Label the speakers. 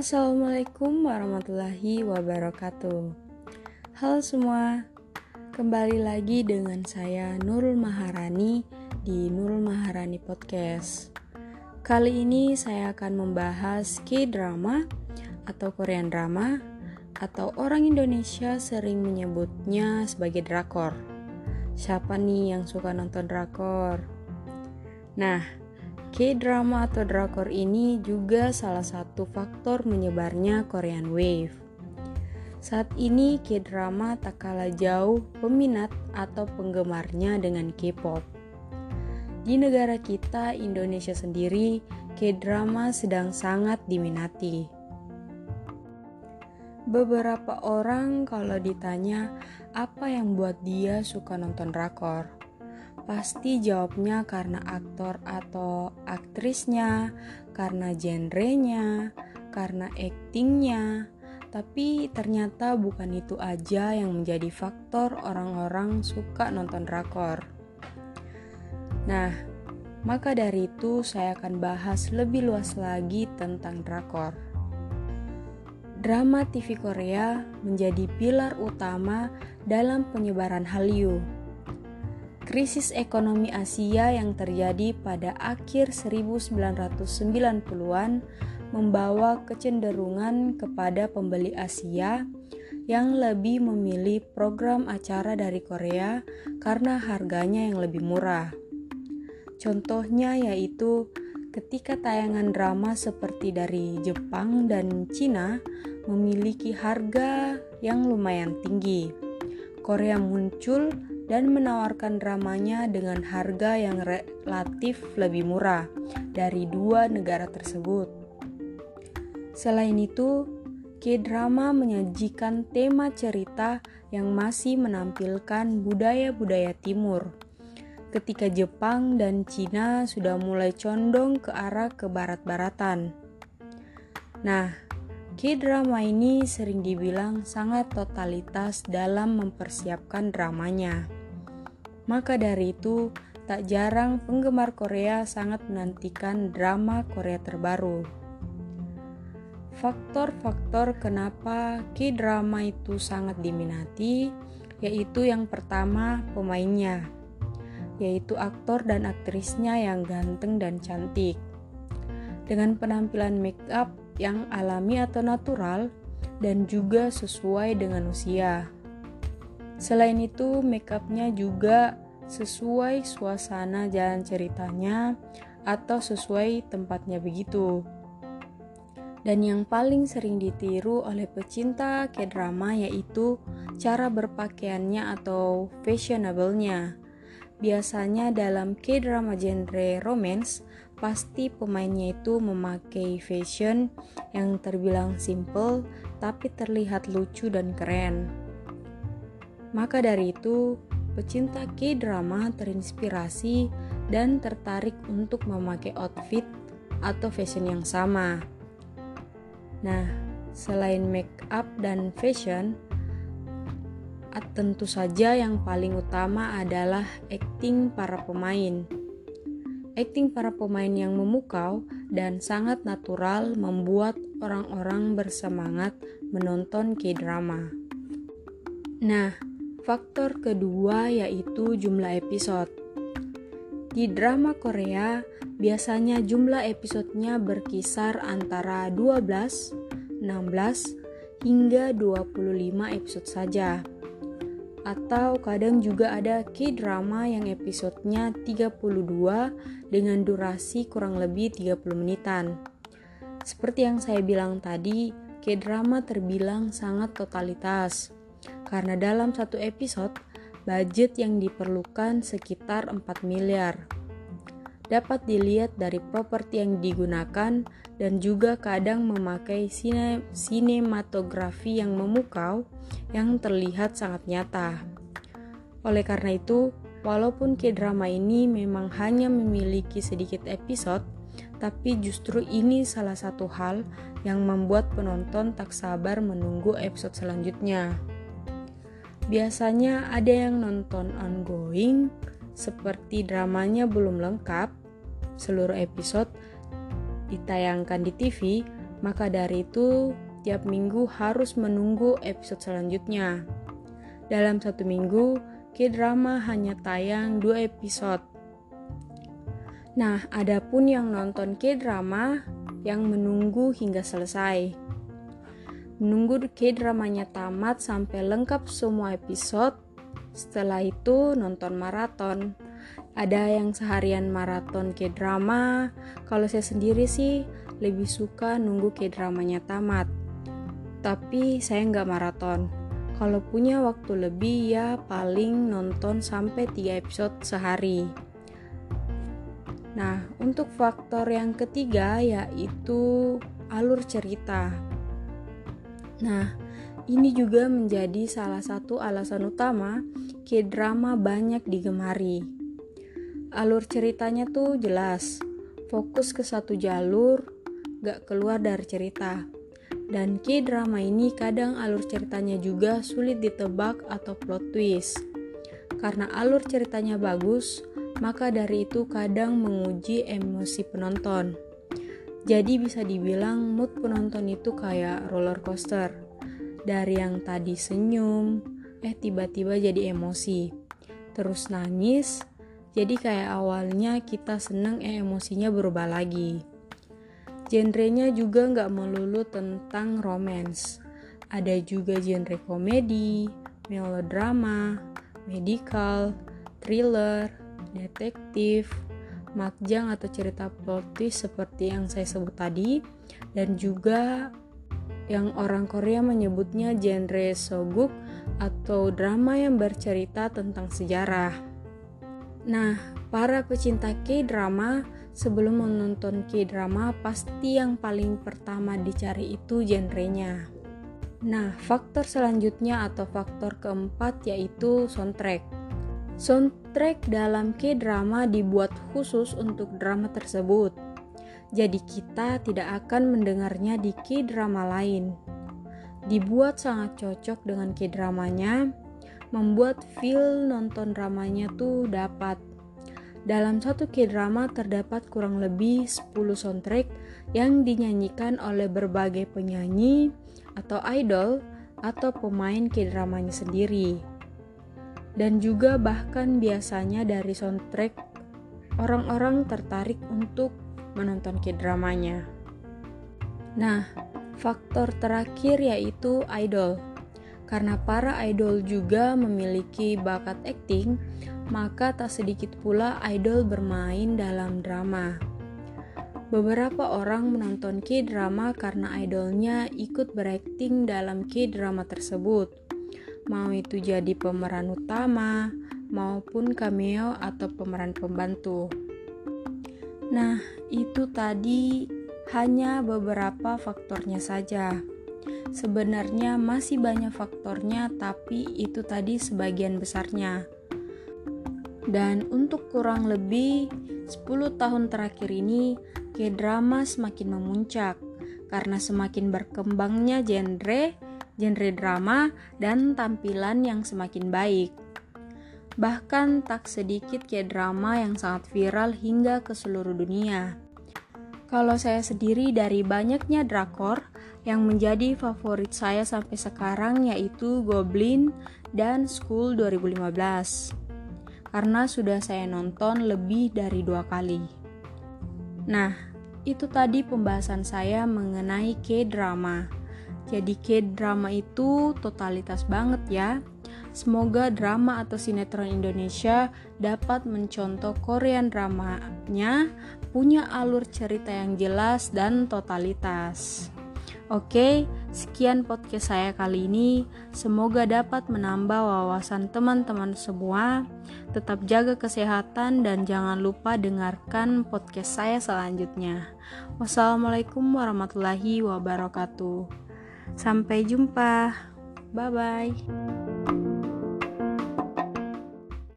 Speaker 1: Assalamualaikum warahmatullahi wabarakatuh. Halo semua, kembali lagi dengan saya Nurul Maharani di Nurul Maharani Podcast. Kali ini saya akan membahas K-drama atau Korean drama, atau orang Indonesia sering menyebutnya sebagai drakor. Siapa nih yang suka nonton drakor? Nah, K-drama atau drakor ini juga salah satu faktor menyebarnya Korean Wave. Saat ini K-drama tak kalah jauh peminat atau penggemarnya dengan K-pop. Di negara kita, Indonesia sendiri, K-drama sedang sangat diminati. Beberapa orang kalau ditanya apa yang buat dia suka nonton drakor, pasti jawabnya karena aktor atau aktrisnya, karena genrenya, karena aktingnya. Tapi ternyata bukan itu aja yang menjadi faktor orang-orang suka nonton drakor. Nah, maka dari itu saya akan bahas lebih luas lagi tentang drakor. Drama TV Korea menjadi pilar utama dalam penyebaran Hallyu. Krisis ekonomi Asia yang terjadi pada akhir 1990-an membawa kecenderungan kepada pembeli Asia yang lebih memilih program acara dari Korea karena harganya yang lebih murah. Contohnya yaitu ketika tayangan drama seperti dari Jepang dan Cina memiliki harga yang lumayan tinggi, Korea muncul dan menawarkan dramanya dengan harga yang relatif lebih murah dari dua negara tersebut. Selain itu, K-drama menyajikan tema cerita yang masih menampilkan budaya-budaya timur, ketika Jepang dan Cina sudah mulai condong ke arah kebarat-baratan. Nah, K-drama ini sering dibilang sangat totalitas dalam mempersiapkan dramanya. Maka dari itu, tak jarang penggemar Korea sangat menantikan drama Korea terbaru. Faktor-faktor kenapa K-drama itu sangat diminati, yaitu yang pertama pemainnya, yaitu aktor dan aktrisnya yang ganteng dan cantik. Dengan penampilan make up yang alami atau natural dan juga sesuai dengan usia. Selain itu, make up-nya juga sesuai suasana jalan ceritanya atau sesuai tempatnya begitu. Dan yang paling sering ditiru oleh pecinta K-drama yaitu cara berpakaiannya atau fashionable-nya. Biasanya dalam K-drama genre romance, pasti pemainnya itu memakai fashion yang terbilang simple tapi terlihat lucu dan keren. Maka dari itu, pecinta K-drama terinspirasi dan tertarik untuk memakai outfit atau fashion yang sama. Nah, selain make up dan fashion, tentu saja yang paling utama adalah akting para pemain. Akting para pemain yang memukau dan sangat natural membuat orang-orang bersemangat menonton K-drama. Nah, faktor kedua yaitu jumlah episode. Di drama Korea, biasanya jumlah episodenya berkisar antara 12, 16, hingga 25 episode saja. Atau kadang juga ada K-drama yang episodenya 32 dengan durasi kurang lebih 30 menitan. Seperti yang saya bilang tadi, K-drama terbilang sangat totalitas. Karena dalam satu episode, budget yang diperlukan sekitar 4 miliar. Dapat dilihat dari properti yang digunakan dan juga kadang memakai sinematografi yang memukau yang terlihat sangat nyata. Oleh karena itu, walaupun K-drama ini memang hanya memiliki sedikit episode, tapi justru ini salah satu hal yang membuat penonton tak sabar menunggu episode selanjutnya. Biasanya ada yang nonton ongoing, seperti dramanya belum lengkap, seluruh episode ditayangkan di TV, Maka dari itu, tiap minggu harus menunggu episode selanjutnya. Dalam 1 minggu, K-drama hanya tayang 2 episode. Nah, adapun yang nonton K-drama yang menunggu hingga selesai. Menunggu K-dramanya tamat sampai lengkap semua episode. Setelah itu nonton maraton. Ada yang seharian maraton K-drama. Kalau saya sendiri sih lebih suka nunggu K-dramanya tamat. Tapi saya nggak maraton. Kalau punya waktu lebih ya paling nonton sampai 3 episode sehari. Nah, untuk faktor yang ketiga yaitu alur cerita. Nah, ini juga menjadi salah satu alasan utama K-drama banyak digemari. Alur ceritanya tuh jelas, fokus ke satu jalur, gak keluar dari cerita. Dan K-drama ini kadang alur ceritanya juga sulit ditebak atau plot twist. Karena alur ceritanya bagus, maka dari itu kadang menguji emosi penonton. Jadi bisa dibilang mood penonton itu kayak roller coaster. Dari yang tadi senyum, tiba-tiba jadi emosi. Terus nangis, jadi kayak awalnya kita seneng, emosinya berubah lagi. Genrenya juga gak melulu tentang romance. Ada juga genre komedi, melodrama, medical, thriller, detektif, makjang atau cerita plot twist seperti yang saya sebut tadi, dan juga yang orang Korea menyebutnya genre soguk atau drama yang bercerita tentang sejarah. Nah, para pecinta K-drama sebelum menonton K-drama pasti yang paling pertama dicari itu genrenya. Nah, faktor selanjutnya atau faktor keempat yaitu soundtrack. Soundtrack dalam K-drama dibuat khusus untuk drama tersebut. Jadi kita tidak akan mendengarnya di K-drama lain. Dibuat sangat cocok dengan K-dramanya, membuat feel nonton dramanya tuh dapat. Dalam satu K-drama terdapat kurang lebih 10 soundtrack yang dinyanyikan oleh berbagai penyanyi atau idol atau pemain K-dramanya sendiri. Dan juga bahkan biasanya dari soundtrack orang-orang tertarik untuk menonton K-dramanya. Nah, faktor terakhir yaitu idol. Karena para idol juga memiliki bakat akting, maka tak sedikit pula idol bermain dalam drama. Beberapa orang menonton K-drama karena idolnya ikut berakting dalam K-drama tersebut. Mau itu jadi pemeran utama, maupun cameo atau pemeran pembantu. Nah, itu tadi hanya beberapa faktornya saja. Sebenarnya masih banyak faktornya, tapi itu tadi sebagian besarnya. Dan untuk kurang lebih 10 tahun terakhir ini, K-drama semakin memuncak karena semakin berkembangnya genre drama dan tampilan yang semakin baik. Bahkan tak sedikit K-drama yang sangat viral hingga ke seluruh dunia. Kalau saya sendiri dari banyaknya drakor, yang menjadi favorit saya sampai sekarang yaitu Goblin dan School 2015. Karena sudah saya nonton lebih dari 2 kali. Nah, itu tadi pembahasan saya mengenai K-drama. Jadi K-drama itu totalitas banget ya. Semoga drama atau sinetron Indonesia dapat mencontoh Korean dramanya punya alur cerita yang jelas dan totalitas. Oke, sekian podcast saya kali ini. Semoga dapat menambah wawasan teman-teman semua. Tetap jaga kesehatan dan jangan lupa dengarkan podcast saya selanjutnya. Wassalamualaikum warahmatullahi wabarakatuh. Sampai jumpa. Bye-bye.